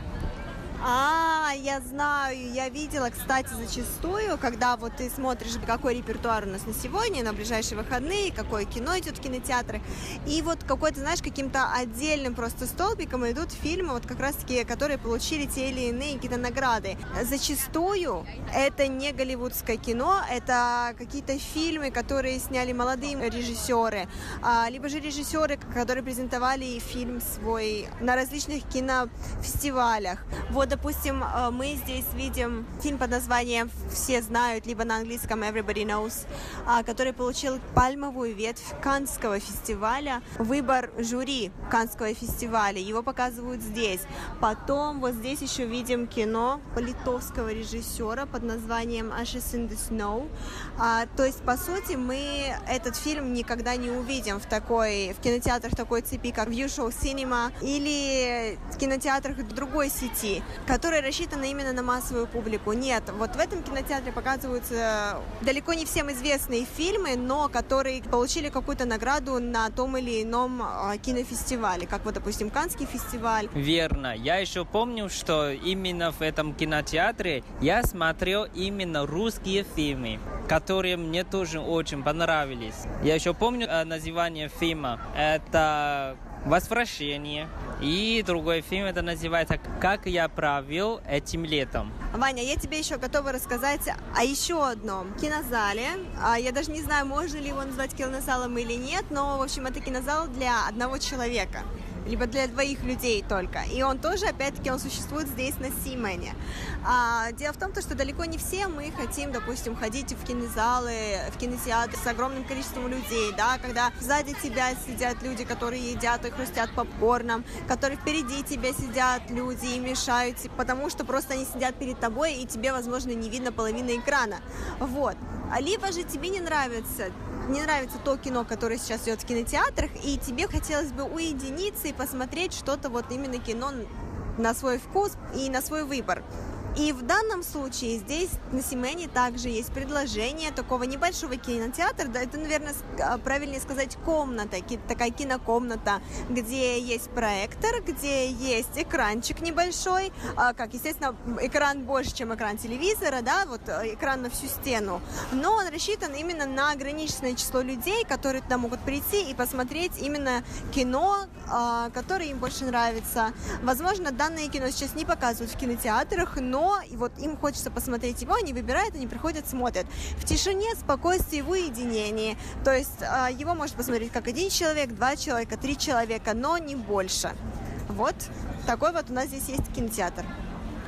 Я знаю, я видела, кстати, зачастую, когда вот ты смотришь, какой репертуар у нас на сегодня, на ближайшие выходные, какое кино идет в кинотеатры, и вот какой-то, знаешь, каким-то отдельным просто столбиком идут фильмы, вот как раз-таки, которые получили те или иные какие-то награды. Зачастую это не голливудское кино, это какие-то фильмы, которые сняли молодые режиссеры, либо же режиссеры, которые презентовали фильм свой на различных кинофестивалях. Вот, допустим, мы здесь видим фильм под названием «Все знают», либо на английском «Everybody Knows», который получил пальмовую ветвь Каннского фестиваля, выбор жюри Каннского фестиваля. Его показывают здесь. Потом вот здесь еще видим кино литовского режиссера под названием «Ashes in the Snow». То есть, по сути, мы этот фильм никогда не увидим в кинотеатрах такой цепи, как View Show Cinema, или в кинотеатрах другой сети, которая рассчитана именно на массовую публику. Нет, вот в этом кинотеатре показываются далеко не всем известные фильмы, но которые получили какую-то награду на том или ином кинофестивале, как вот, допустим, Каннский фестиваль. Верно. Я еще помню, что именно в этом кинотеатре я смотрел именно русские фильмы, которые мне тоже очень понравились. Я еще помню название фильма. Это «Возвращение». И другой фильм, это называется «Как я провел этим летом». Ваня, я тебе еще готова рассказать о еще одном кинозале. Я даже не знаю, можно ли его назвать кинозалом или нет, но, в общем, это кинозал для одного человека, либо для двоих людей только. И он тоже, опять-таки, он существует здесь, на Симоне. Дело в том, что далеко не все мы хотим, допустим, ходить в кинозалы, в кинотеатры с огромным количеством людей, да, когда сзади тебя сидят люди, которые едят и хрустят попкорном, которые впереди тебя сидят люди и мешают, потому что просто они сидят перед тобой, и тебе, возможно, не видно половины экрана. Вот. Либо же тебе не нравится то кино, которое сейчас идет в кинотеатрах, и тебе хотелось бы уединиться и посмотреть что-то, вот именно кино на свой вкус и на свой выбор. И в данном случае здесь на Симоне также есть предложение такого небольшого кинотеатра, да, это, наверное, правильнее сказать комната, такая кинокомната, где есть проектор, где есть экранчик небольшой, как, естественно, экран больше, чем экран телевизора, да, вот экран на всю стену, но он рассчитан именно на ограниченное число людей, которые туда могут прийти и посмотреть именно кино, которое им больше нравится. Возможно, данное кино сейчас не показывают в кинотеатрах, но и вот им хочется посмотреть его, они выбирают, они приходят, смотрят в тишине, спокойствии, в уединении. То есть его может посмотреть как один человек, 2 человека, 3 человека, но не больше. Вот такой вот у нас здесь есть кинотеатр.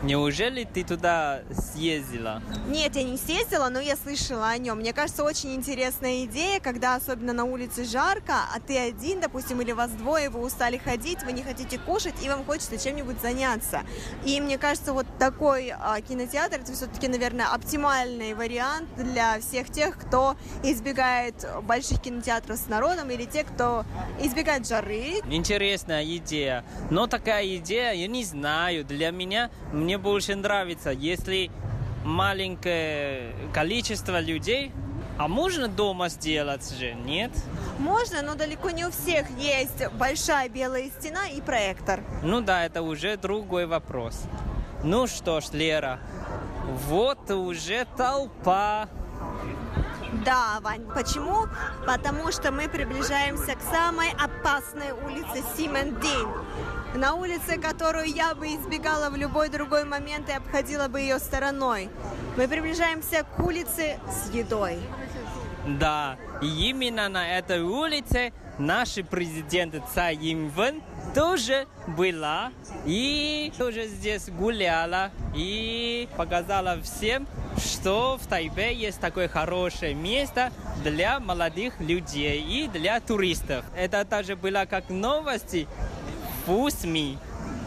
Неужели ты туда съездила? Нет, я не съездила, но я слышала о нем. Мне кажется, очень интересная идея, когда особенно на улице жарко, а ты один, допустим, или вас двое, вы устали ходить, вы не хотите кушать, и вам хочется чем-нибудь заняться. И мне кажется, вот такой кинотеатр, это все-таки, наверное, оптимальный вариант для всех тех, кто избегает больших кинотеатров с народом, или те, кто избегает жары. Интересная идея. Но такая идея, я не знаю, для меня, мне больше нравится, если маленькое количество людей, а можно дома сделать же, нет? Можно, но далеко не у всех есть большая белая стена и проектор. Ну да, это уже другой вопрос. Ну что ж, Лера, вот уже толпа. Да, Вань, почему? Потому что мы приближаемся к самой опасной улице Симендин. На улице, которую я бы избегала в любой другой момент и обходила бы ее стороной. Мы приближаемся к улице с едой. Да, и именно на этой улице наш президент Цай Инвэн тоже была и тоже здесь гуляла и показала всем, что в Тайбе есть такое хорошее место для молодых людей и для туристов. Это также было как новости в СМИ.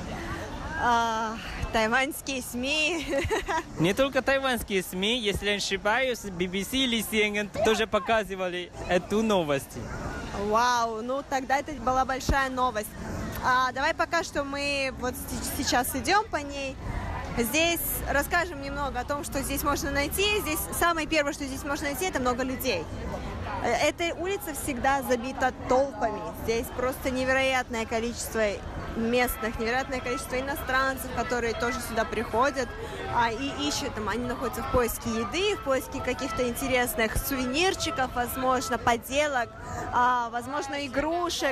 Тайваньские СМИ. Не только тайваньские СМИ, если я не ошибаюсь, BBC или CNN тоже показывали эту новость. Вау, ну тогда это была большая новость. Давай пока что мы вот сейчас идем по ней. Здесь расскажем немного о том, что здесь можно найти. Здесь самое первое, что здесь можно найти, это много людей. Эта улица всегда забита толпами. Здесь просто невероятное количество местных, невероятное количество иностранцев, которые тоже сюда приходят и ищут, они находятся в поиске еды, в поиске каких-то интересных сувенирчиков, возможно, поделок, возможно, игрушек,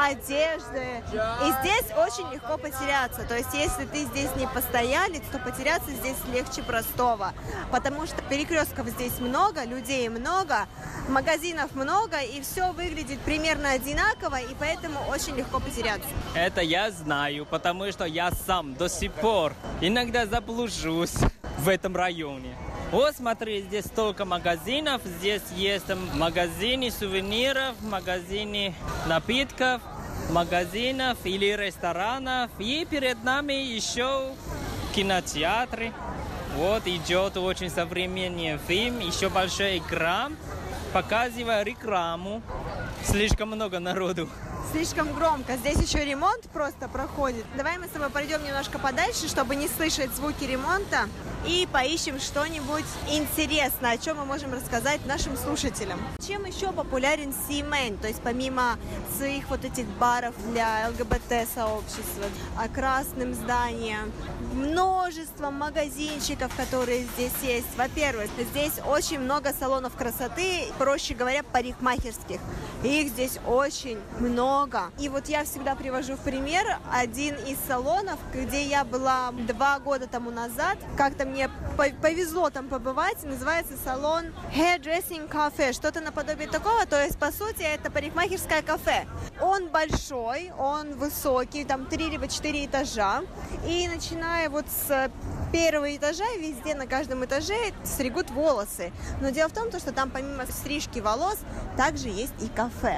одежды. И здесь очень легко потеряться. То есть, если ты здесь не постоялец, то потеряться здесь легче простого. Потому что перекрестков здесь много, людей много, магазинов много, и все выглядит примерно одинаково, и поэтому очень легко потеряться. Это я знаю, потому что я сам до сих пор иногда заблужусь в этом районе. Вот смотри, здесь столько магазинов, здесь есть магазины сувениров, магазины напитков, магазинов или ресторанов, и перед нами еще кинотеатры. Вот идет очень современный фильм, еще большой экран, показывая рекламу. Слишком много народу. Слишком громко. Здесь еще ремонт просто проходит. Давай мы с тобой пойдем немножко подальше, чтобы не слышать звуки ремонта, и поищем что-нибудь интересное, о чем мы можем рассказать нашим слушателям. Чем еще популярен Симэн? То есть помимо своих вот этих баров для ЛГБТ-сообщества, красным зданием, множество магазинчиков, которые здесь есть. Во-первых, здесь очень много салонов красоты, проще говоря, парикмахерских. Их здесь очень много. И вот я всегда привожу в пример один из салонов, где я была 2 года тому назад. Как-то мне повезло там побывать. Называется салон Hairdressing Cafe. Что-то наподобие такого. То есть, по сути, это парикмахерское кафе. Он большой, он высокий, там 3 либо 4 этажа. И начиная вот с первого этажа, везде на каждом этаже стригут волосы. Но дело в том, что там помимо стрижки волос также есть и кафе.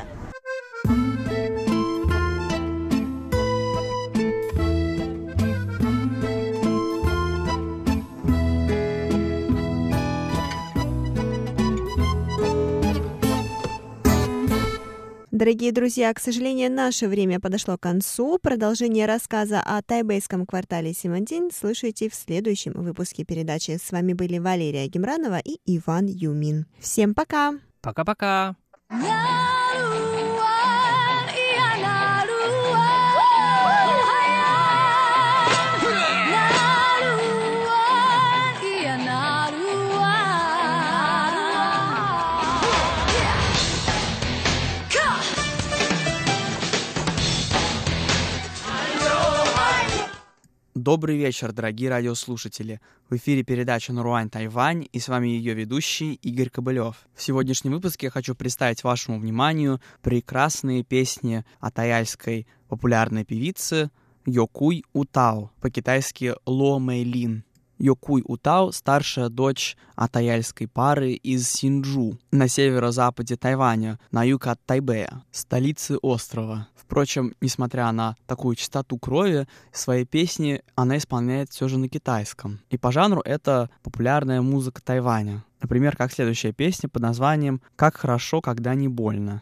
Дорогие друзья, к сожалению, наше время подошло к концу. Продолжение рассказа о тайбэйском квартале Симэнтин слушайте в следующем выпуске передачи. С вами были Валерия Гемранова и Иван Юмин. Всем пока! Пока-пока! Добрый вечер, дорогие радиослушатели. В эфире передача «Наруань Тайвань», и с вами ее ведущий Игорь Кобылев. В сегодняшнем выпуске я хочу представить вашему вниманию прекрасные песни от тайской популярной певицы Йокуй Утао, по-китайски Ло Мэйлин. Йокуй Утао — старшая дочь атаяльской пары из Синджу на северо-западе Тайваня, на юг от Тайбэя, столицы острова. Впрочем, несмотря на такую чистоту крови, свои песни она исполняет все же на китайском. И по жанру это популярная музыка Тайваня. Например, как следующая песня под названием «Как хорошо, когда не больно».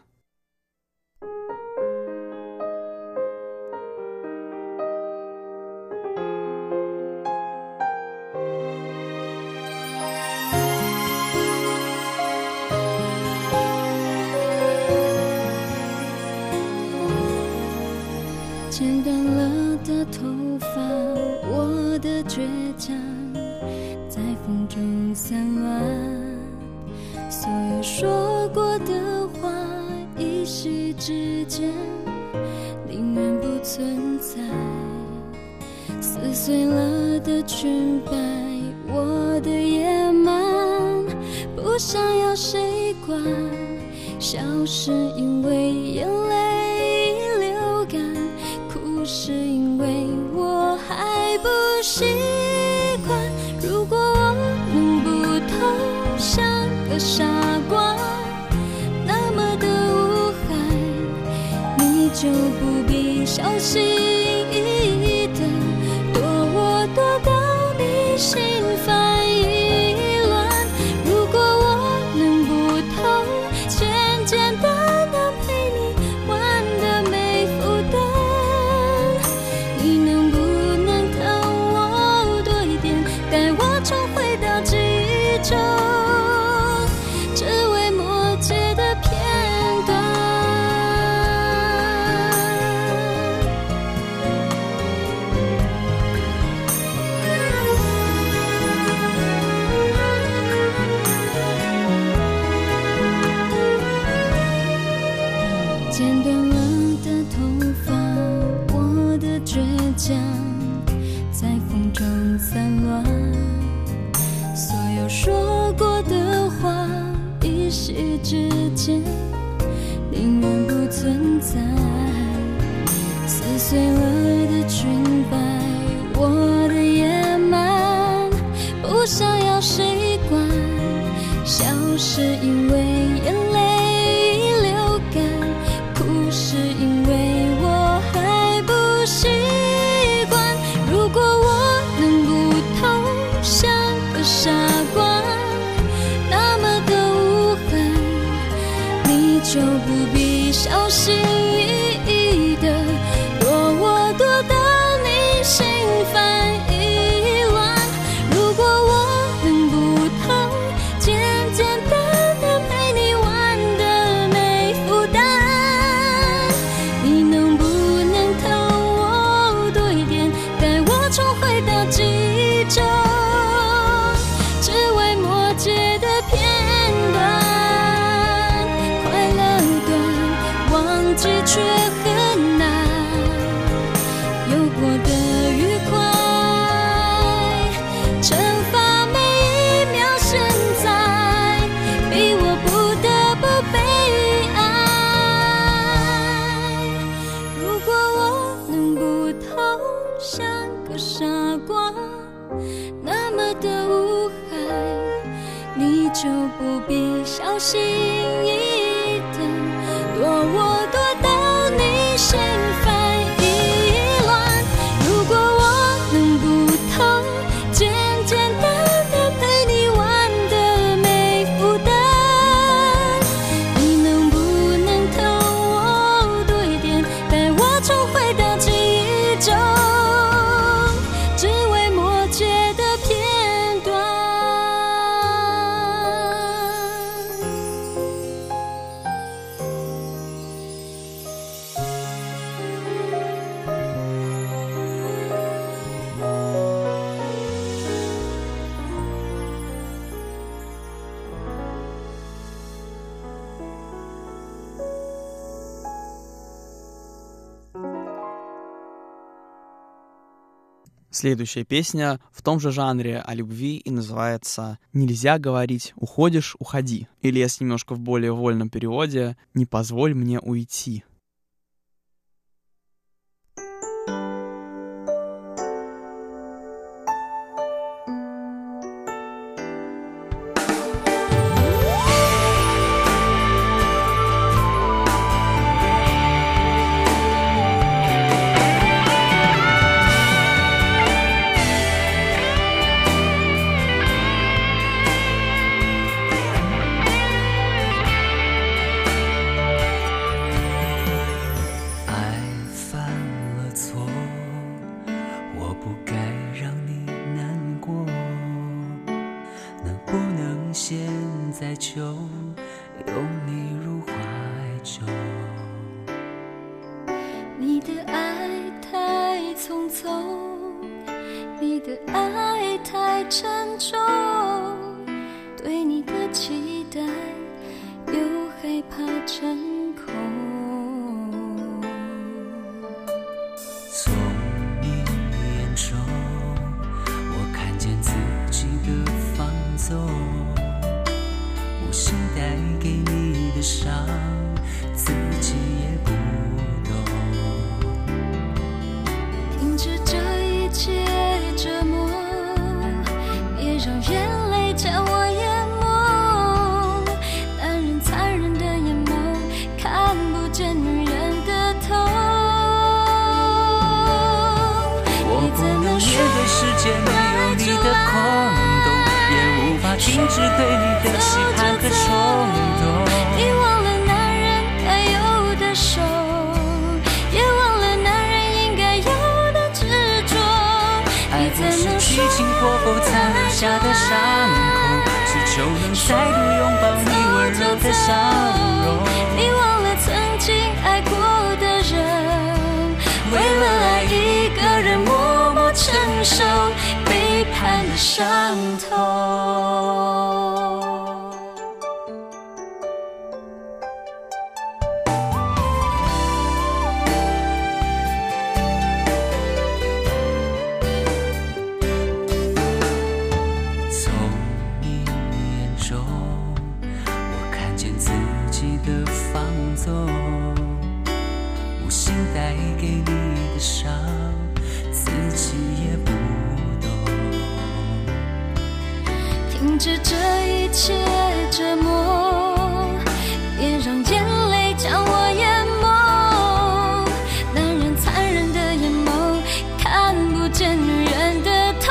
Следующая песня в том же жанре о любви и называется «Нельзя говорить «уходишь, уходи». Или, если немножко в более вольном переводе, «Не позволь мне уйти». 久，有你入怀中。 你的爱太匆匆，你的爱太沉重，对你的期待又害怕成空。 从你眼中，我看见自己的放纵，无心带给你的伤，自己也不懂。 停止这一切折磨，别让眼泪将我淹没。男人残忍的眼眸，看不见女人的痛。 我不能面对世界没有你的空洞，也无法停止对你的期盼和冲动。 你忘了男人该有的手，也忘了男人应该有的执着。 爱不是激情过后才留下的伤口，只求能再度拥抱你温柔的笑容。 你忘了曾经爱过的人，为了爱一个人默默承受背叛的伤痛。 无心带给你的伤，自己也不懂。 停止这一切折磨，别让眼泪将我淹没。男人残忍的眼眸，看不见女人的痛。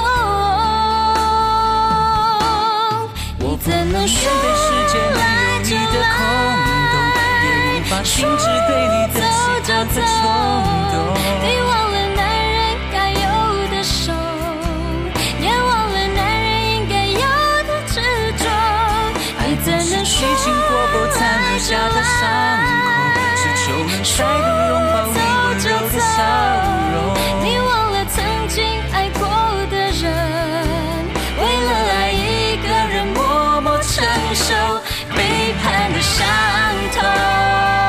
我不能面对世界没有你的空洞，也无法停止对你的期盼和冲动。 你忘了男人该有的手，也忘了男人应该有的执着。 爱不是激情过后才留下的伤口，只求能再度拥抱你温柔的笑容。 你忘了曾经爱过的人，为了爱一个人默默承受背叛的伤痛。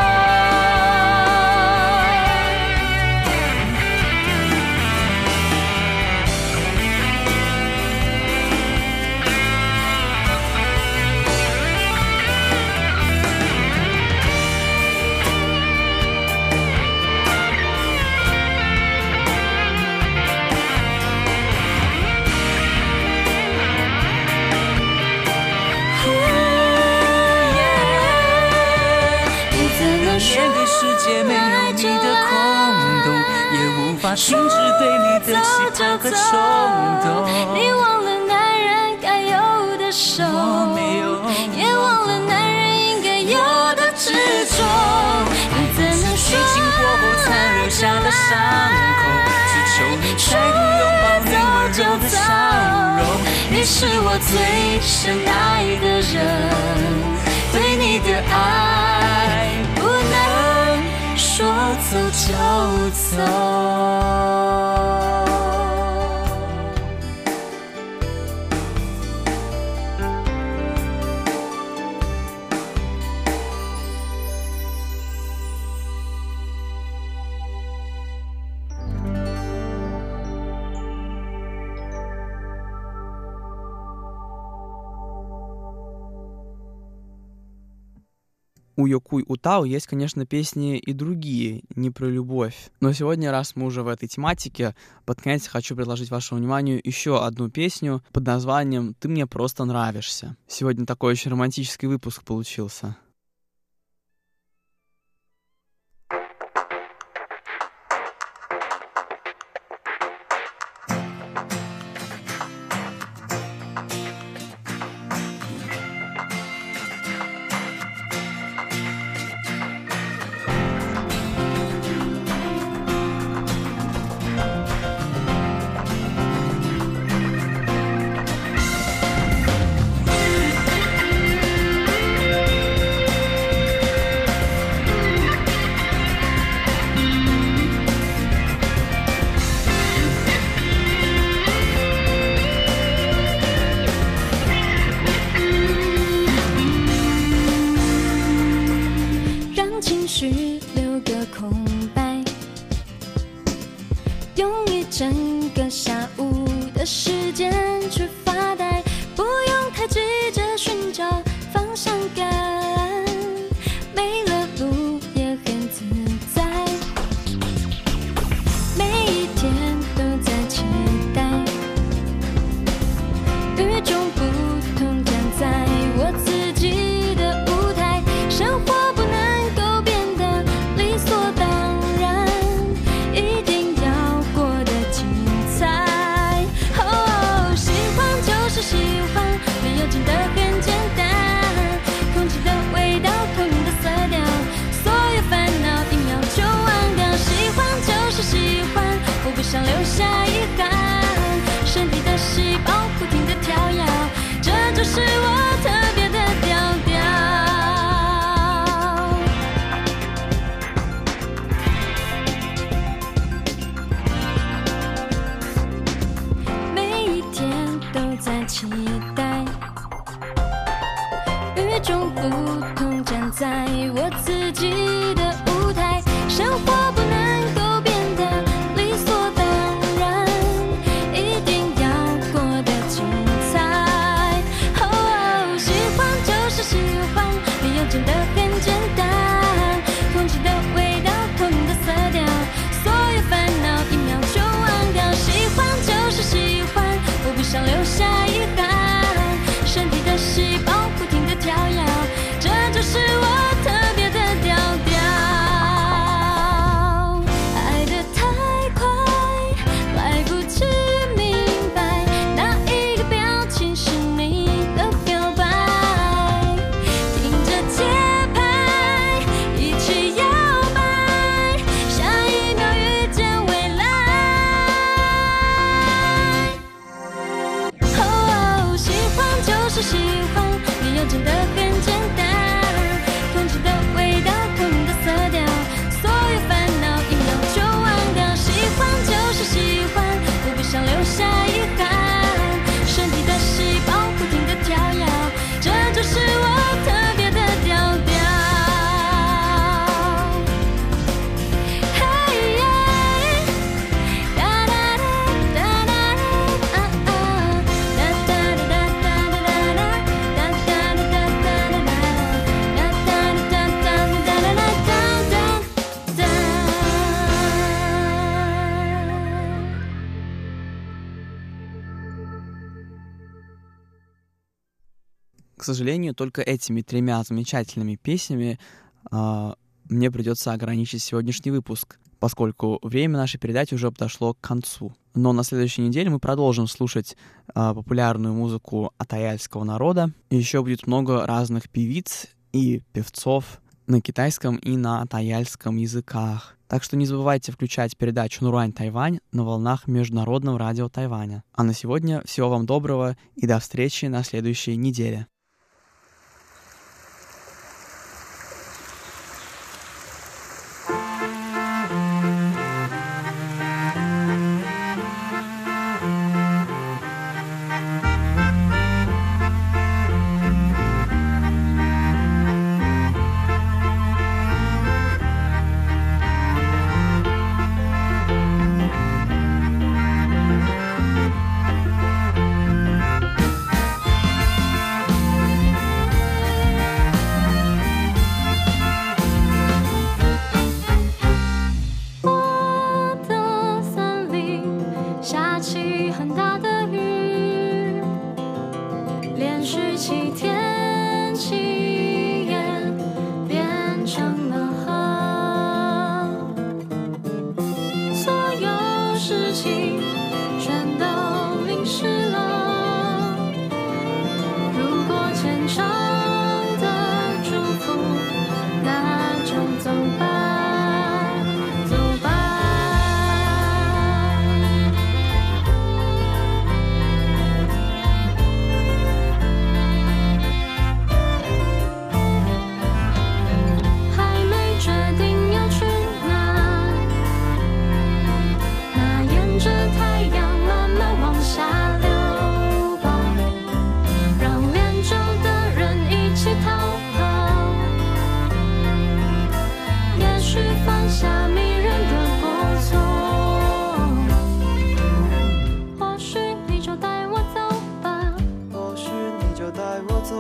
面对世界没有你的空洞，也无法停止对你的期盼和冲动。 你忘了男人该有的手， 我没有， 也忘了男人应该有的执着。 爱不是激情过后才留下的伤口，只求能再度拥抱你温柔的笑容。 你是我最深爱的人，对你的爱不能说走就走。 У Йокуй Утау есть, конечно, песни и другие, не про любовь. Но сегодня, раз мы уже в этой тематике, под конец хочу предложить вашему вниманию еще одну песню под названием «Ты мне просто нравишься». Сегодня такой очень романтический выпуск получился. 许留个空白，用一整个下午的时间去发呆，不用太急着寻找方向感，没了路也很自在，每一天都在期待，与众不同站在我自己的舞台，生活不能够变得理所当然，一定要过得精彩。哦，喜欢就是喜欢，理由真的很简单，空气的味道，透明的色调，所有烦恼一秒就忘掉。喜欢就是喜欢，我不想留下遗憾，身体的细胞不停地跳跃，这就是我特别的调调。每一天都在期待，与众不同站在我自己的舞台，生活不能够变得理所当然，一定要过得精彩。哦，喜欢就是喜欢，理由真的很简单，空气的味道，透明的色调，所有烦恼一秒就忘掉。喜欢就是喜欢，我不想留下遗憾，身体的细胞不停地跳跃，这就是我特别的调调。爱得太快，来不及明白哪一个表情是你的表白，听着节拍一起摇摆，下一秒遇见未来。哦，喜欢就是喜欢，理由真的很简单，空气的味道，透明的色调，所有烦恼一秒就忘掉。喜欢就是喜欢，我不想留下遗憾，身体的细胞不停地跳跃，这就是我特别的调调。嘿耶，哒哒哒哒哒哒，哒哒哒哒哒哒哒，哒哒哒哒哒哒，哒哒哒哒哒哒哒。 К сожалению, только этими тремя замечательными песнями мне придется ограничить сегодняшний выпуск, поскольку время нашей передачи уже подошло к концу. Но на следующей неделе мы продолжим слушать популярную музыку атаяльского народа. И еще будет много разных певиц и певцов на китайском и на атаяльском языках. Так что не забывайте включать передачу «Нурань Тайвань» на волнах Международного радио Тайваня. А на сегодня всего вам доброго и до встречи на следующей неделе.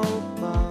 抱抱。